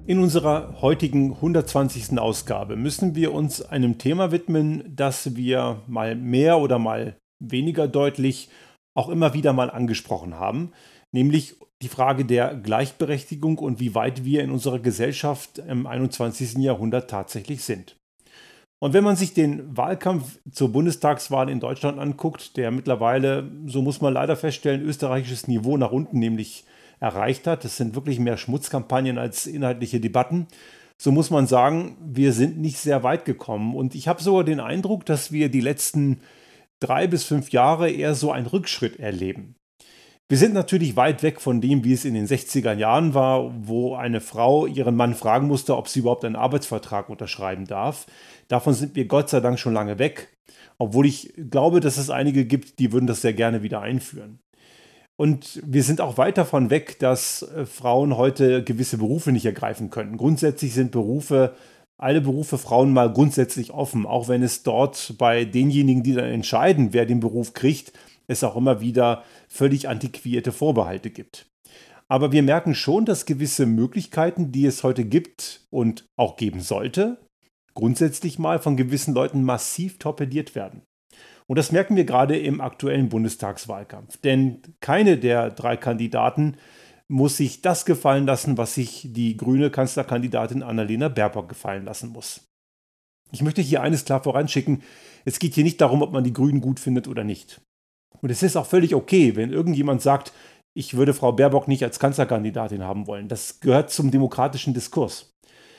In unserer heutigen 120. Ausgabe müssen wir uns einem Thema widmen, das wir mal mehr oder mal weniger deutlich auch immer wieder mal angesprochen haben, nämlich die Frage der Gleichberechtigung und wie weit wir in unserer Gesellschaft im 21. Jahrhundert tatsächlich sind. Und wenn man sich den Wahlkampf zur Bundestagswahl in Deutschland anguckt, der mittlerweile, so muss man leider feststellen, österreichisches Niveau nach unten nämlich erreicht hat, das sind wirklich mehr Schmutzkampagnen als inhaltliche Debatten, so muss man sagen, wir sind nicht sehr weit gekommen. Und ich habe sogar den Eindruck, dass wir die letzten 3 bis 5 Jahre eher so einen Rückschritt erleben. Wir sind natürlich weit weg von dem, wie es in den 60er Jahren war, wo eine Frau ihren Mann fragen musste, ob sie überhaupt einen Arbeitsvertrag unterschreiben darf. Davon sind wir Gott sei Dank schon lange weg, obwohl ich glaube, dass es einige gibt, die würden das sehr gerne wieder einführen. Und wir sind auch weit davon weg, dass Frauen heute gewisse Berufe nicht ergreifen können. Grundsätzlich sind alle Berufe Frauen mal grundsätzlich offen, auch wenn es dort bei denjenigen, die dann entscheiden, wer den Beruf kriegt, es auch immer wieder völlig antiquierte Vorbehalte gibt. Aber wir merken schon, dass gewisse Möglichkeiten, die es heute gibt und auch geben sollte, grundsätzlich mal von gewissen Leuten massiv torpediert werden. Und das merken wir gerade im aktuellen Bundestagswahlkampf. Denn keine der 3 Kandidaten muss sich das gefallen lassen, was sich die grüne Kanzlerkandidatin Annalena Baerbock gefallen lassen muss. Ich möchte hier eines klar voranschicken: Es geht hier nicht darum, ob man die Grünen gut findet oder nicht. Und es ist auch völlig okay, wenn irgendjemand sagt, ich würde Frau Baerbock nicht als Kanzlerkandidatin haben wollen. Das gehört zum demokratischen Diskurs.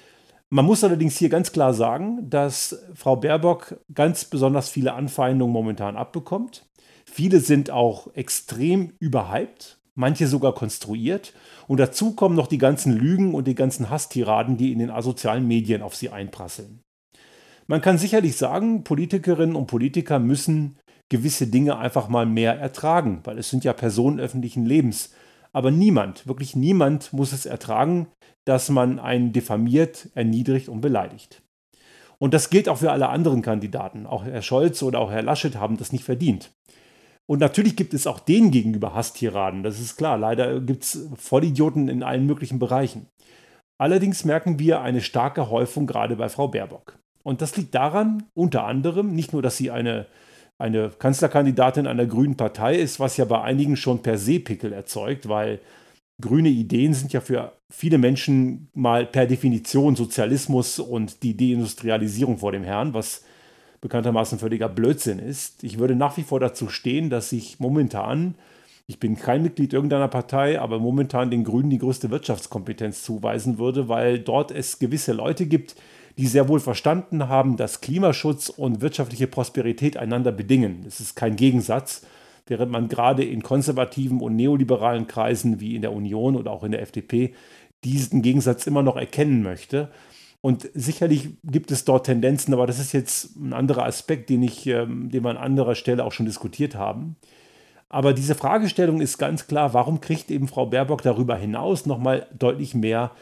Man muss allerdings hier ganz klar sagen, dass Frau Baerbock ganz besonders viele Anfeindungen momentan abbekommt. Viele sind auch extrem überhyped, manche sogar konstruiert. Und dazu kommen noch die ganzen Lügen und die ganzen Hasstiraden, die in den asozialen Medien auf sie einprasseln. Man kann sicherlich sagen, Politikerinnen und Politiker müssen gewisse Dinge einfach mal mehr ertragen, weil es sind ja Personen öffentlichen Lebens. Aber niemand, wirklich niemand muss es ertragen, dass man einen diffamiert, erniedrigt und beleidigt. Und das gilt auch für alle anderen Kandidaten. Auch Herr Scholz oder auch Herr Laschet haben das nicht verdient. Und natürlich gibt es auch denen gegenüber Hasstiraden, das ist klar. Leider gibt es Vollidioten in allen möglichen Bereichen. Allerdings merken wir eine starke Häufung gerade bei Frau Baerbock. Und das liegt daran, unter anderem, nicht nur, dass sie eine Kanzlerkandidatin einer grünen Partei ist, was ja bei einigen schon per se Pickel erzeugt, weil grüne Ideen sind ja für viele Menschen mal per Definition Sozialismus und die Deindustrialisierung vor dem Herrn, was bekanntermaßen völliger Blödsinn ist. Ich würde nach wie vor dazu stehen, dass ich momentan, ich bin kein Mitglied irgendeiner Partei, aber momentan den Grünen die größte Wirtschaftskompetenz zuweisen würde, weil dort es gewisse Leute gibt, die sehr wohl verstanden haben, dass Klimaschutz und wirtschaftliche Prosperität einander bedingen. Das ist kein Gegensatz, während man gerade in konservativen und neoliberalen Kreisen wie in der Union oder auch in der FDP diesen Gegensatz immer noch erkennen möchte. Und sicherlich gibt es dort Tendenzen, aber das ist jetzt ein anderer Aspekt, den wir an anderer Stelle auch schon diskutiert haben. Aber diese Fragestellung ist ganz klar: Warum kriegt eben Frau Baerbock darüber hinaus nochmal deutlich mehr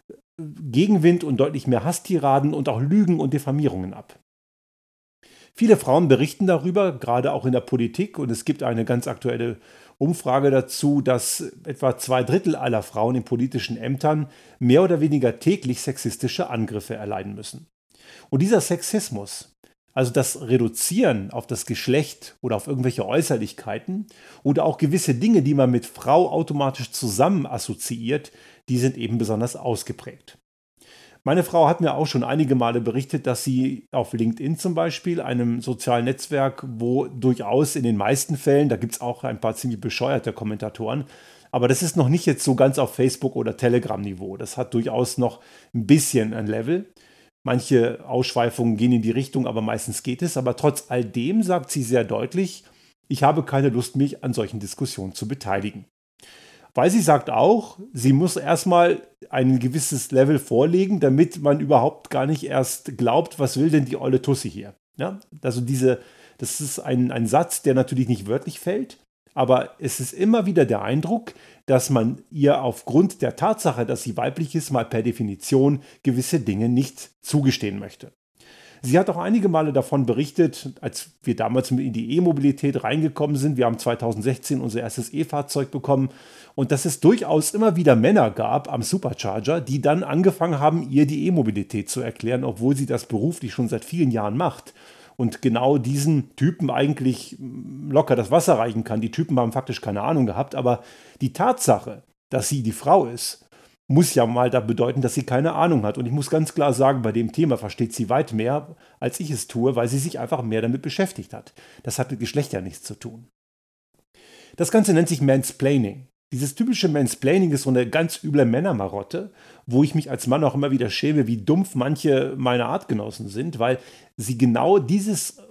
Gegenwind und deutlich mehr Hasstiraden und auch Lügen und Diffamierungen ab? Viele Frauen berichten darüber, gerade auch in der Politik, und es gibt eine ganz aktuelle Umfrage dazu, dass etwa 2/3 aller Frauen in politischen Ämtern mehr oder weniger täglich sexistische Angriffe erleiden müssen. Und dieser Sexismus, also das Reduzieren auf das Geschlecht oder auf irgendwelche Äußerlichkeiten oder auch gewisse Dinge, die man mit Frau automatisch zusammen assoziiert, die sind eben besonders ausgeprägt. Meine Frau hat mir auch schon einige Male berichtet, dass sie auf LinkedIn zum Beispiel, einem sozialen Netzwerk, wo durchaus in den meisten Fällen, da gibt es auch ein paar ziemlich bescheuerte Kommentatoren, aber das ist noch nicht jetzt so ganz auf Facebook- oder Telegram-Niveau. Das hat durchaus noch ein bisschen ein Level. Manche Ausschweifungen gehen in die Richtung, aber meistens geht es. Aber trotz all dem sagt sie sehr deutlich, ich habe keine Lust, mich an solchen Diskussionen zu beteiligen. Weil sie sagt auch, sie muss erstmal ein gewisses Level vorlegen, damit man überhaupt gar nicht erst glaubt, was will denn die olle Tussi hier. Ja? Also das ist ein Satz, der natürlich nicht wörtlich fällt, aber es ist immer wieder der Eindruck, dass man ihr aufgrund der Tatsache, dass sie weiblich ist, mal per Definition gewisse Dinge nicht zugestehen möchte. Sie hat auch einige Male davon berichtet, als wir damals in die E-Mobilität reingekommen sind. Wir haben 2016 unser erstes E-Fahrzeug bekommen und dass es durchaus immer wieder Männer gab am Supercharger, die dann angefangen haben, ihr die E-Mobilität zu erklären, obwohl sie das beruflich schon seit vielen Jahren macht. Und genau diesen Typen eigentlich locker das Wasser reichen kann. Die Typen haben faktisch keine Ahnung gehabt, aber die Tatsache, dass sie die Frau ist, muss ja mal da bedeuten, dass sie keine Ahnung hat. Und ich muss ganz klar sagen, bei dem Thema versteht sie weit mehr, als ich es tue, weil sie sich einfach mehr damit beschäftigt hat. Das hat mit Geschlecht ja nichts zu tun. Das Ganze nennt sich Mansplaining. Dieses typische Mansplaining ist so eine ganz üble Männermarotte, wo ich mich als Mann auch immer wieder schäme, wie dumpf manche meiner Artgenossen sind, weil sie genau dieses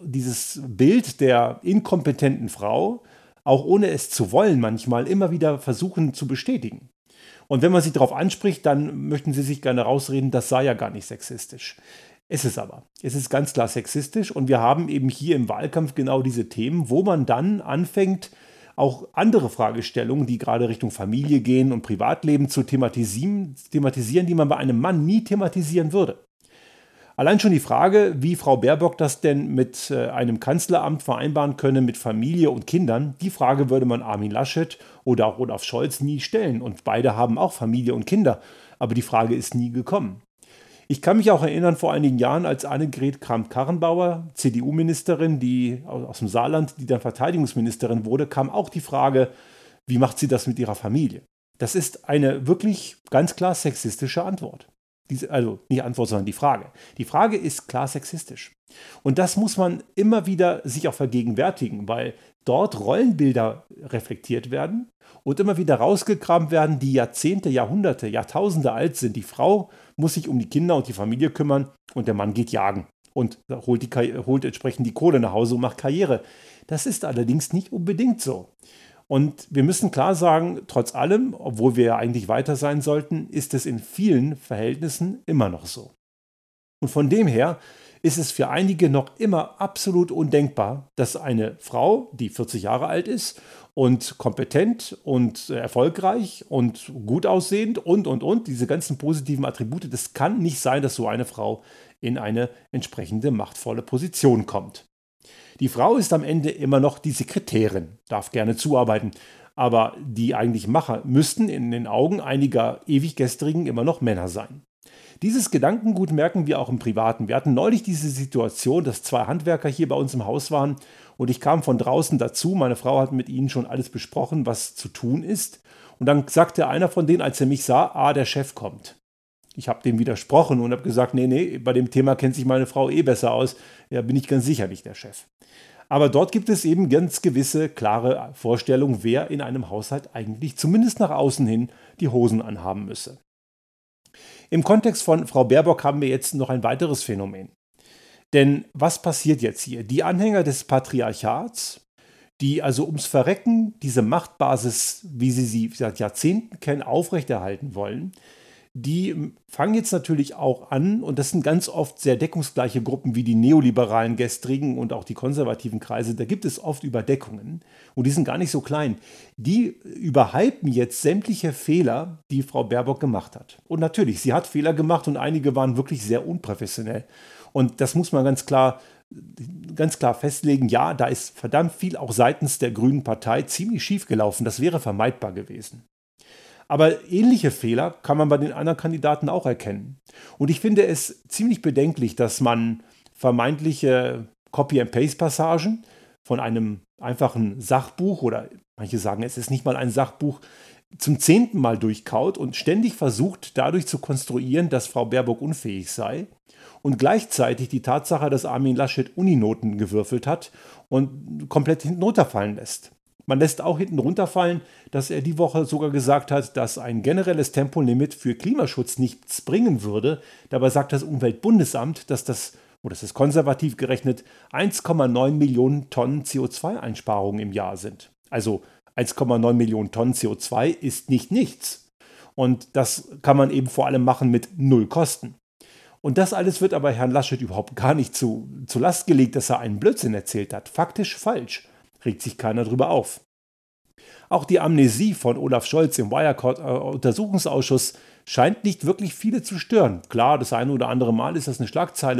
Bild der inkompetenten Frau, auch ohne es zu wollen manchmal, immer wieder versuchen zu bestätigen. Und wenn man sie darauf anspricht, dann möchten sie sich gerne rausreden, das sei ja gar nicht sexistisch. Es ist aber. Es ist ganz klar sexistisch und wir haben eben hier im Wahlkampf genau diese Themen, wo man dann anfängt, auch andere Fragestellungen, die gerade Richtung Familie gehen und Privatleben zu thematisieren, die man bei einem Mann nie thematisieren würde. Allein schon die Frage, wie Frau Baerbock das denn mit einem Kanzleramt vereinbaren könne mit Familie und Kindern, die Frage würde man Armin Laschet oder auch Olaf Scholz nie stellen. Und beide haben auch Familie und Kinder. Aber die Frage ist nie gekommen. Ich kann mich auch erinnern, vor einigen Jahren, als Annegret Kramp-Karrenbauer, CDU-Ministerin, die aus dem Saarland, die dann Verteidigungsministerin wurde, kam auch die Frage, wie macht sie das mit ihrer Familie? Das ist eine wirklich ganz klar sexistische Antwort. Also nicht Antwort, sondern die Frage. Die Frage ist klar sexistisch. Und das muss man immer wieder sich auch vergegenwärtigen, weil dort Rollenbilder reflektiert werden und immer wieder rausgekramt werden, die Jahrzehnte, Jahrhunderte, Jahrtausende alt sind. Die Frau muss sich um die Kinder und die Familie kümmern und der Mann geht jagen und holt entsprechend die Kohle nach Hause und macht Karriere. Das ist allerdings nicht unbedingt so. Und wir müssen klar sagen, trotz allem, obwohl wir ja eigentlich weiter sein sollten, ist es in vielen Verhältnissen immer noch so. Und von dem her ist es für einige noch immer absolut undenkbar, dass eine Frau, die 40 Jahre alt ist und kompetent und erfolgreich und gut aussehend und, diese ganzen positiven Attribute, das kann nicht sein, dass so eine Frau in eine entsprechende machtvolle Position kommt. Die Frau ist am Ende immer noch die Sekretärin, darf gerne zuarbeiten, aber die eigentlich Macher müssten in den Augen einiger Ewiggestrigen immer noch Männer sein. Dieses Gedankengut merken wir auch im Privaten. Wir hatten neulich diese Situation, dass 2 Handwerker hier bei uns im Haus waren und ich kam von draußen dazu. Meine Frau hat mit ihnen schon alles besprochen, was zu tun ist. Und dann sagte einer von denen, als er mich sah, der Chef kommt. Ich habe dem widersprochen und habe gesagt, nee, bei dem Thema kennt sich meine Frau besser aus. Ja, bin ich ganz sicher nicht der Chef. Aber dort gibt es eben ganz gewisse klare Vorstellungen, wer in einem Haushalt eigentlich zumindest nach außen hin die Hosen anhaben müsse. Im Kontext von Frau Baerbock haben wir jetzt noch ein weiteres Phänomen. Denn was passiert jetzt hier? Die Anhänger des Patriarchats, die also ums Verrecken diese Machtbasis, wie sie seit Jahrzehnten kennen, aufrechterhalten wollen, die fangen jetzt natürlich auch an, und das sind ganz oft sehr deckungsgleiche Gruppen wie die neoliberalen Gestrigen und auch die konservativen Kreise, da gibt es oft Überdeckungen und die sind gar nicht so klein. Die überhypen jetzt sämtliche Fehler, die Frau Baerbock gemacht hat. Und natürlich, sie hat Fehler gemacht und einige waren wirklich sehr unprofessionell. Und das muss man ganz klar festlegen, ja, da ist verdammt viel auch seitens der Grünen Partei ziemlich schief gelaufen. Das wäre vermeidbar gewesen. Aber ähnliche Fehler kann man bei den anderen Kandidaten auch erkennen. Und ich finde es ziemlich bedenklich, dass man vermeintliche Copy-and-Paste-Passagen von einem einfachen Sachbuch, oder manche sagen, es ist nicht mal ein Sachbuch, zum 10. Mal durchkaut und ständig versucht, dadurch zu konstruieren, dass Frau Baerbock unfähig sei. Und gleichzeitig die Tatsache, dass Armin Laschet Uninoten gewürfelt hat und komplett hinten runterfallen lässt. Man lässt auch hinten runterfallen, dass er die Woche sogar gesagt hat, dass ein generelles Tempolimit für Klimaschutz nichts bringen würde. Dabei sagt das Umweltbundesamt, dass das ist konservativ gerechnet, 1,9 Millionen Tonnen CO2-Einsparungen im Jahr sind. Also 1,9 Millionen Tonnen CO2 ist nicht nichts. Und das kann man eben vor allem machen mit 0 Kosten. Und das alles wird aber Herrn Laschet überhaupt gar nicht zu Last gelegt, dass er einen Blödsinn erzählt hat. Faktisch falsch. Regt sich keiner drüber auf. Auch die Amnesie von Olaf Scholz im Wirecard-Untersuchungsausschuss scheint nicht wirklich viele zu stören. Klar, das eine oder andere Mal ist das eine Schlagzeile,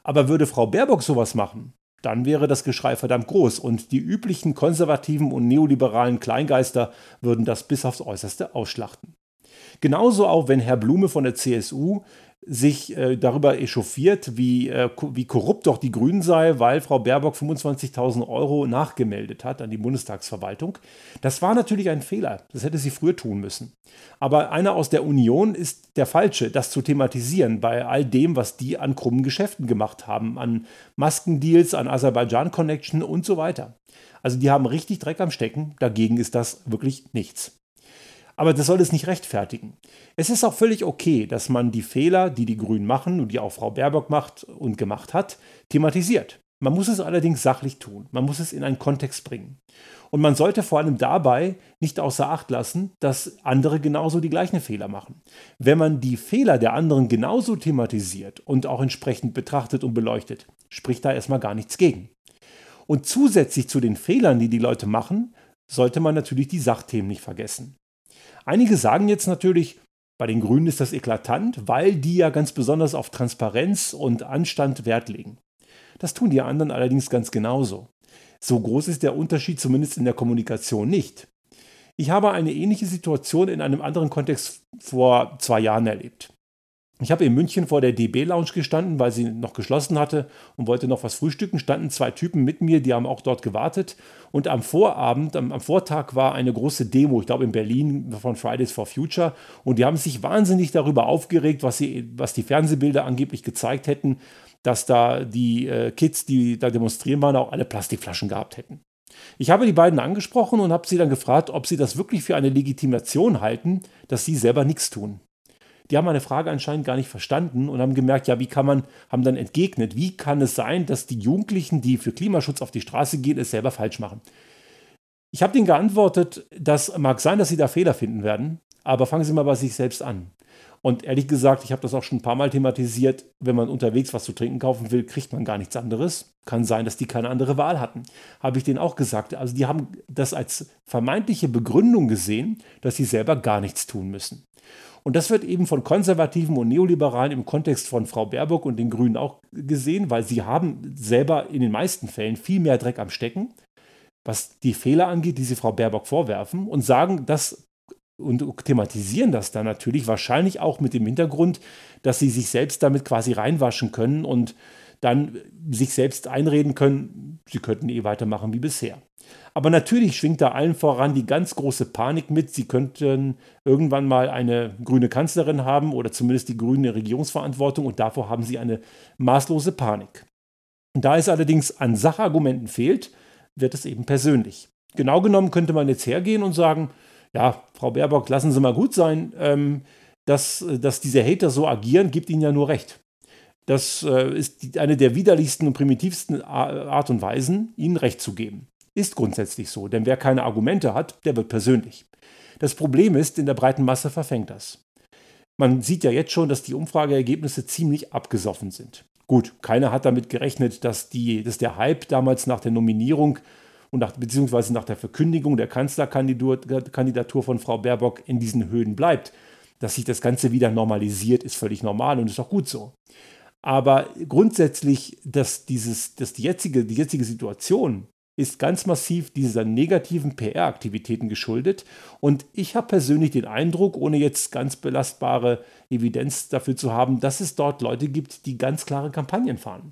Aber würde Frau Baerbock sowas machen, dann wäre das Geschrei verdammt groß und die üblichen konservativen und neoliberalen Kleingeister würden das bis aufs Äußerste ausschlachten. Genauso auch, wenn Herr Blume von der CSU sich darüber echauffiert, wie korrupt doch die Grünen sei, weil Frau Baerbock 25.000 Euro nachgemeldet hat an die Bundestagsverwaltung. Das war natürlich ein Fehler. Das hätte sie früher tun müssen. Aber einer aus der Union ist der Falsche, das zu thematisieren bei all dem, was die an krummen Geschäften gemacht haben, an Maskendeals, an Aserbaidschan-Connection und so weiter. Also die haben richtig Dreck am Stecken. Dagegen ist das wirklich nichts. Aber das soll es nicht rechtfertigen. Es ist auch völlig okay, dass man die Fehler, die die Grünen machen und die auch Frau Baerbock macht und gemacht hat, thematisiert. Man muss es allerdings sachlich tun. Man muss es in einen Kontext bringen. Und man sollte vor allem dabei nicht außer Acht lassen, dass andere genauso die gleichen Fehler machen. Wenn man die Fehler der anderen genauso thematisiert und auch entsprechend betrachtet und beleuchtet, spricht da erstmal gar nichts gegen. Und zusätzlich zu den Fehlern, die die Leute machen, sollte man natürlich die Sachthemen nicht vergessen. Einige sagen jetzt natürlich, bei den Grünen ist das eklatant, weil die ja ganz besonders auf Transparenz und Anstand Wert legen. Das tun die anderen allerdings ganz genauso. So groß ist der Unterschied zumindest in der Kommunikation nicht. Ich habe eine ähnliche Situation in einem anderen Kontext vor 2 Jahren erlebt. Ich habe in München vor der DB Lounge gestanden, weil sie noch geschlossen hatte und wollte noch was frühstücken. Standen 2 Typen mit mir, die haben auch dort gewartet. Und am Vorabend, am Vortag war eine große Demo, ich glaube in Berlin von Fridays for Future. Und die haben sich wahnsinnig darüber aufgeregt, was die Fernsehbilder angeblich gezeigt hätten, dass da die Kids, die da demonstrieren waren, auch alle Plastikflaschen gehabt hätten. Ich habe die beiden angesprochen und habe sie dann gefragt, ob sie das wirklich für eine Legitimation halten, dass sie selber nichts tun. Die haben meine Frage anscheinend gar nicht verstanden und haben gemerkt, ja, haben dann entgegnet, wie kann es sein, dass die Jugendlichen, die für Klimaschutz auf die Straße gehen, es selber falsch machen? Ich habe denen geantwortet, das mag sein, dass sie da Fehler finden werden, aber fangen Sie mal bei sich selbst an. Und ehrlich gesagt, ich habe das auch schon ein paar Mal thematisiert, wenn man unterwegs was zu trinken kaufen will, kriegt man gar nichts anderes. Kann sein, dass die keine andere Wahl hatten. Habe ich denen auch gesagt. Also die haben das als vermeintliche Begründung gesehen, dass sie selber gar nichts tun müssen. Und das wird eben von Konservativen und Neoliberalen im Kontext von Frau Baerbock und den Grünen auch gesehen, weil sie haben selber in den meisten Fällen viel mehr Dreck am Stecken, was die Fehler angeht, die sie Frau Baerbock vorwerfen und sagen das und thematisieren das dann natürlich wahrscheinlich auch mit dem Hintergrund, dass sie sich selbst damit quasi reinwaschen können und dann sich selbst einreden können, sie könnten weitermachen wie bisher. Aber natürlich schwingt da allen voran die ganz große Panik mit, sie könnten irgendwann mal eine grüne Kanzlerin haben oder zumindest die grüne Regierungsverantwortung und davor haben sie eine maßlose Panik. Und da es allerdings an Sachargumenten fehlt, wird es eben persönlich. Genau genommen könnte man jetzt hergehen und sagen, ja, Frau Baerbock, lassen Sie mal gut sein, dass diese Hater so agieren, gibt Ihnen ja nur recht. Das ist eine der widerlichsten und primitivsten Art und Weisen, Ihnen Recht zu geben. Ist grundsätzlich so, denn wer keine Argumente hat, der wird persönlich. Das Problem ist, in der breiten Masse verfängt das. Man sieht ja jetzt schon, dass die Umfrageergebnisse ziemlich abgesoffen sind. Gut, keiner hat damit gerechnet, dass der Hype damals nach der Nominierung und beziehungsweise nach der Verkündigung der Kanzlerkandidatur von Frau Baerbock in diesen Höhen bleibt. Dass sich das Ganze wieder normalisiert, ist völlig normal und ist auch gut so. Aber grundsätzlich, dass die jetzige Situation ist ganz massiv dieser negativen PR-Aktivitäten geschuldet. Und ich habe persönlich den Eindruck, ohne jetzt ganz belastbare Evidenz dafür zu haben, dass es dort Leute gibt, die ganz klare Kampagnen fahren.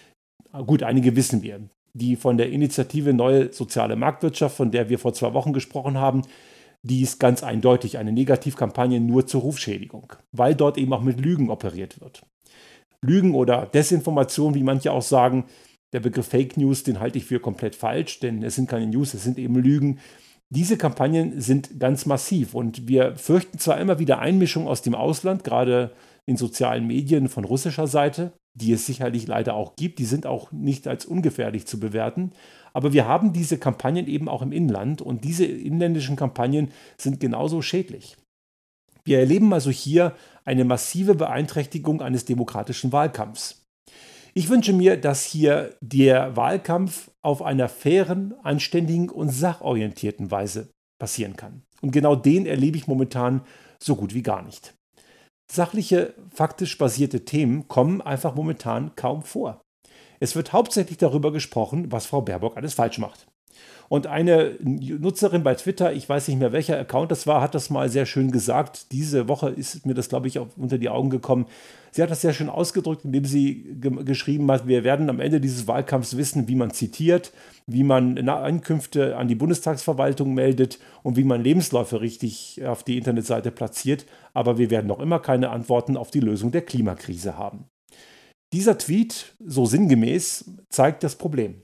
Gut, einige wissen wir. Die von der Initiative Neue Soziale Marktwirtschaft, von der wir vor 2 Wochen gesprochen haben, die ist ganz eindeutig eine Negativkampagne nur zur Rufschädigung, weil dort eben auch mit Lügen operiert wird. Lügen oder Desinformation, wie manche auch sagen. Der Begriff Fake News, den halte ich für komplett falsch, denn es sind keine News, es sind eben Lügen. Diese Kampagnen sind ganz massiv und wir fürchten zwar immer wieder Einmischung aus dem Ausland, gerade in sozialen Medien von russischer Seite, die es sicherlich leider auch gibt, die sind auch nicht als ungefährlich zu bewerten, aber wir haben diese Kampagnen eben auch im Inland und diese inländischen Kampagnen sind genauso schädlich. Wir erleben also hier eine massive Beeinträchtigung eines demokratischen Wahlkampfs. Ich wünsche mir, dass hier der Wahlkampf auf einer fairen, anständigen und sachorientierten Weise passieren kann. Und genau den erlebe ich momentan so gut wie gar nicht. Sachliche, faktisch basierte Themen kommen einfach momentan kaum vor. Es wird hauptsächlich darüber gesprochen, was Frau Baerbock alles falsch macht. Und eine Nutzerin bei Twitter, ich weiß nicht mehr welcher Account das war, hat das mal sehr schön gesagt. Diese Woche ist mir das, glaube ich, auch unter die Augen gekommen. Sie hat das sehr schön ausgedrückt, indem sie geschrieben hat, wir werden am Ende dieses Wahlkampfs wissen, wie man zitiert, wie man Einkünfte an die Bundestagsverwaltung meldet und wie man Lebensläufe richtig auf die Internetseite platziert. Aber wir werden noch immer keine Antworten auf die Lösung der Klimakrise haben. Dieser Tweet, so sinngemäß, zeigt das Problem.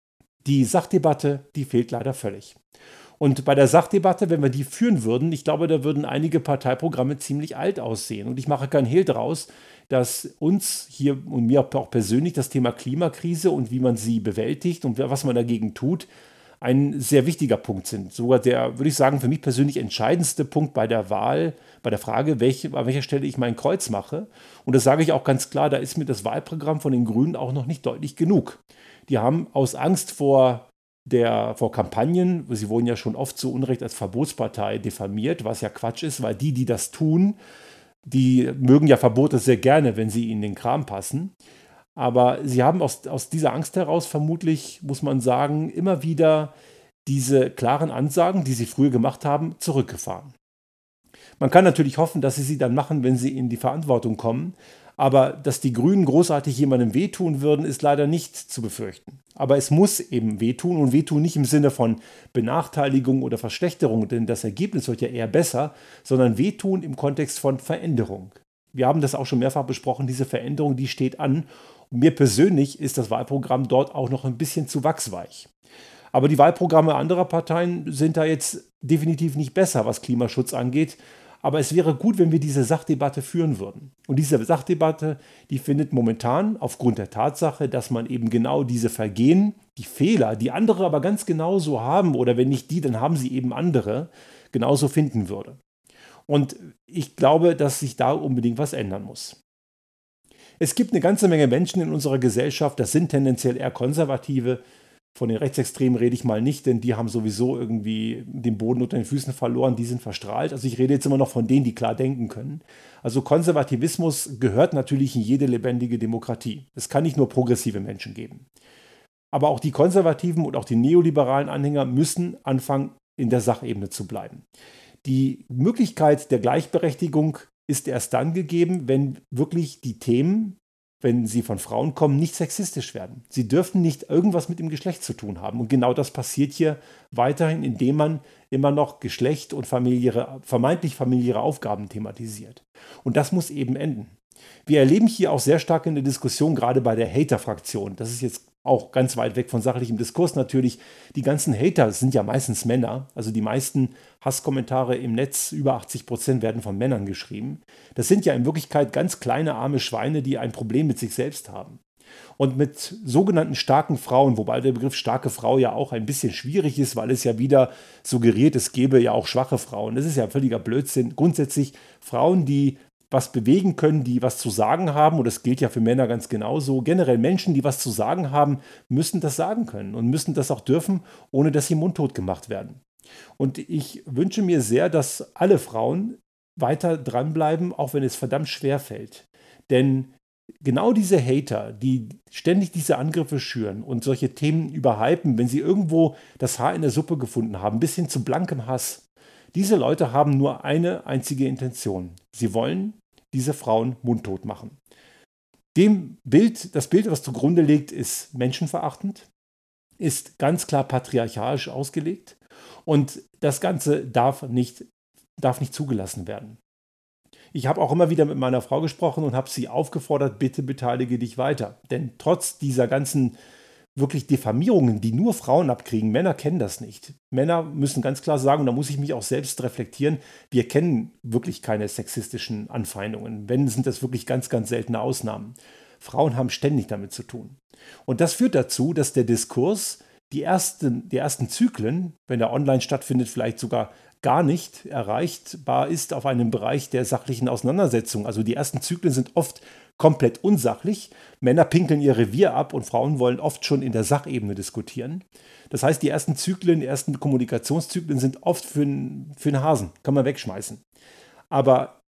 Die Sachdebatte, die fehlt leider völlig. Und bei der Sachdebatte, wenn wir die führen würden, ich glaube, da würden einige Parteiprogramme ziemlich alt aussehen. Und ich mache keinen Hehl daraus, dass uns hier und mir auch persönlich das Thema Klimakrise und wie man sie bewältigt und was man dagegen tut, ein sehr wichtiger Punkt sind. Sogar der, würde ich sagen, für mich persönlich entscheidendste Punkt bei der Wahl, bei der Frage, an welcher Stelle ich mein Kreuz mache. Und das sage ich auch ganz klar, da ist mir das Wahlprogramm von den Grünen auch noch nicht deutlich genug. Die haben aus Angst vor Kampagnen, sie wurden ja schon oft zu Unrecht als Verbotspartei diffamiert, was ja Quatsch ist, weil die das tun, die mögen ja Verbote sehr gerne, wenn sie ihnen den Kram passen. Aber sie haben aus dieser Angst heraus vermutlich, muss man sagen, immer wieder diese klaren Ansagen, die sie früher gemacht haben, zurückgefahren. Man kann natürlich hoffen, dass sie dann machen, wenn sie in die Verantwortung kommen. Aber dass die Grünen großartig jemandem wehtun würden, ist leider nicht zu befürchten. Aber es muss eben wehtun und wehtun nicht im Sinne von Benachteiligung oder Verschlechterung, denn das Ergebnis wird ja eher besser, sondern wehtun im Kontext von Veränderung. Wir haben das auch schon mehrfach besprochen, diese Veränderung, die steht an. Und mir persönlich ist das Wahlprogramm dort auch noch ein bisschen zu wachsweich. Aber die Wahlprogramme anderer Parteien sind da jetzt definitiv nicht besser, was Klimaschutz angeht. Aber es wäre gut, wenn wir diese Sachdebatte führen würden. Und diese Sachdebatte, die findet momentan aufgrund der Tatsache, dass man eben genau diese Vergehen, die Fehler, die andere aber ganz genauso haben, oder wenn nicht die, dann haben sie eben andere, genauso finden würde. Und ich glaube, dass sich da unbedingt was ändern muss. Es gibt eine ganze Menge Menschen in unserer Gesellschaft, das sind tendenziell eher Konservative. Von den Rechtsextremen rede ich mal nicht, denn die haben sowieso irgendwie den Boden unter den Füßen verloren, die sind verstrahlt. Also ich rede jetzt immer noch von denen, die klar denken können. Also Konservativismus gehört natürlich in jede lebendige Demokratie. Es kann nicht nur progressive Menschen geben. Aber auch die konservativen und auch die neoliberalen Anhänger müssen anfangen, in der Sachebene zu bleiben. Die Möglichkeit der Gleichberechtigung ist erst dann gegeben, wenn wirklich die Themen, wenn sie von Frauen kommen, nicht sexistisch werden. Sie dürfen nicht irgendwas mit dem Geschlecht zu tun haben. Und genau das passiert hier weiterhin, indem man immer noch Geschlecht und vermeintlich familiäre Aufgaben thematisiert. Und das muss eben enden. Wir erleben hier auch sehr stark in der Diskussion, gerade bei der Hater-Fraktion. Das ist jetzt auch ganz weit weg von sachlichem Diskurs natürlich. Die ganzen Hater sind ja meistens Männer. Also die meisten Hasskommentare im Netz, über 80%, werden von Männern geschrieben. Das sind ja in Wirklichkeit ganz kleine, arme Schweine, die ein Problem mit sich selbst haben. Und mit sogenannten starken Frauen, wobei der Begriff starke Frau ja auch ein bisschen schwierig ist, weil es ja wieder suggeriert, es gäbe ja auch schwache Frauen. Das ist ja völliger Blödsinn. Grundsätzlich Frauen, die was bewegen können, die was zu sagen haben, und das gilt ja für Männer ganz genauso. Generell Menschen, die was zu sagen haben, müssen das sagen können und müssen das auch dürfen, ohne dass sie mundtot gemacht werden. Und ich wünsche mir sehr, dass alle Frauen weiter dranbleiben, auch wenn es verdammt schwer fällt. Denn genau diese Hater, die ständig diese Angriffe schüren und solche Themen überhypen, wenn sie irgendwo das Haar in der Suppe gefunden haben, bis hin zu blankem Hass, diese Leute haben nur eine einzige Intention. Sie wollen diese Frauen mundtot machen. Das Bild, was zugrunde liegt, ist menschenverachtend, ist ganz klar patriarchalisch ausgelegt und das Ganze darf nicht zugelassen werden. Ich habe auch immer wieder mit meiner Frau gesprochen und habe sie aufgefordert, bitte beteilige dich weiter. Denn trotz dieser ganzen wirklich Diffamierungen, die nur Frauen abkriegen, Männer kennen das nicht. Männer müssen ganz klar sagen, und da muss ich mich auch selbst reflektieren, wir kennen wirklich keine sexistischen Anfeindungen. Wenn, sind das wirklich ganz, ganz seltene Ausnahmen. Frauen haben ständig damit zu tun. Und das führt dazu, dass der Diskurs die ersten Zyklen, wenn er online stattfindet, vielleicht sogar gar nicht erreichbar ist auf einem Bereich der sachlichen Auseinandersetzung. Also die ersten Zyklen sind oft komplett unsachlich. Männer pinkeln ihr Revier ab und Frauen wollen oft schon in der Sachebene diskutieren. Das heißt, die ersten Kommunikationszyklen sind oft für einen Hasen, kann man wegschmeißen. Aber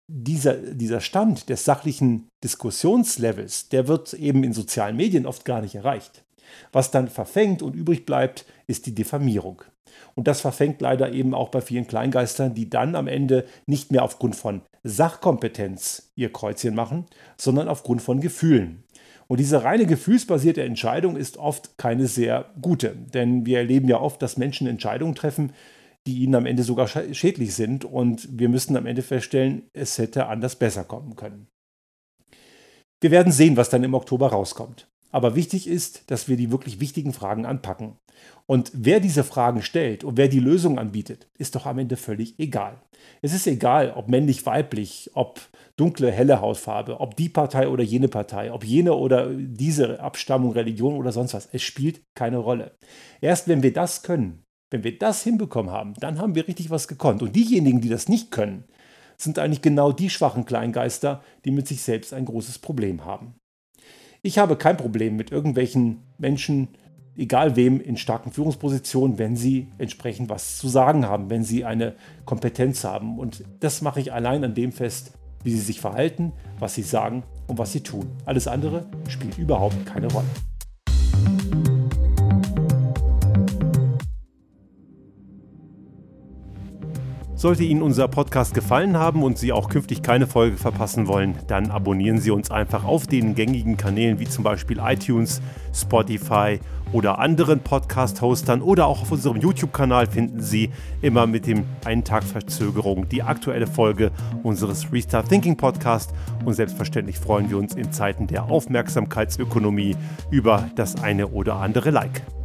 dieser Stand des sachlichen Diskussionslevels, der wird eben in sozialen Medien oft gar nicht erreicht. Was dann verfängt und übrig bleibt, ist die Diffamierung. Und das verfängt leider eben auch bei vielen Kleingeistern, die dann am Ende nicht mehr aufgrund von Sachkompetenz ihr Kreuzchen machen, sondern aufgrund von Gefühlen. Und diese reine gefühlsbasierte Entscheidung ist oft keine sehr gute, denn wir erleben ja oft, dass Menschen Entscheidungen treffen, die ihnen am Ende sogar schädlich sind, und wir müssen am Ende feststellen, es hätte anders besser kommen können. Wir werden sehen, was dann im Oktober rauskommt. Aber wichtig ist, dass wir die wirklich wichtigen Fragen anpacken. Und wer diese Fragen stellt und wer die Lösung anbietet, ist doch am Ende völlig egal. Es ist egal, ob männlich, weiblich, ob dunkle, helle Hautfarbe, ob die Partei oder jene Partei, ob jene oder diese Abstammung, Religion oder sonst was. Es spielt keine Rolle. Erst wenn wir das können, wenn wir das hinbekommen haben, dann haben wir richtig was gekonnt. Und diejenigen, die das nicht können, sind eigentlich genau die schwachen Kleingeister, die mit sich selbst ein großes Problem haben. Ich habe kein Problem mit irgendwelchen Menschen, egal wem, in starken Führungspositionen, wenn sie entsprechend was zu sagen haben, wenn sie eine Kompetenz haben. Und das mache ich allein an dem fest, wie sie sich verhalten, was sie sagen und was sie tun. Alles andere spielt überhaupt keine Rolle. Sollte Ihnen unser Podcast gefallen haben und Sie auch künftig keine Folge verpassen wollen, dann abonnieren Sie uns einfach auf den gängigen Kanälen wie zum Beispiel iTunes, Spotify oder anderen Podcast-Hostern, oder auch auf unserem YouTube-Kanal finden Sie immer mit dem einen Tag Verzögerung die aktuelle Folge unseres Restart Thinking Podcast, und selbstverständlich freuen wir uns in Zeiten der Aufmerksamkeitsökonomie über das eine oder andere Like.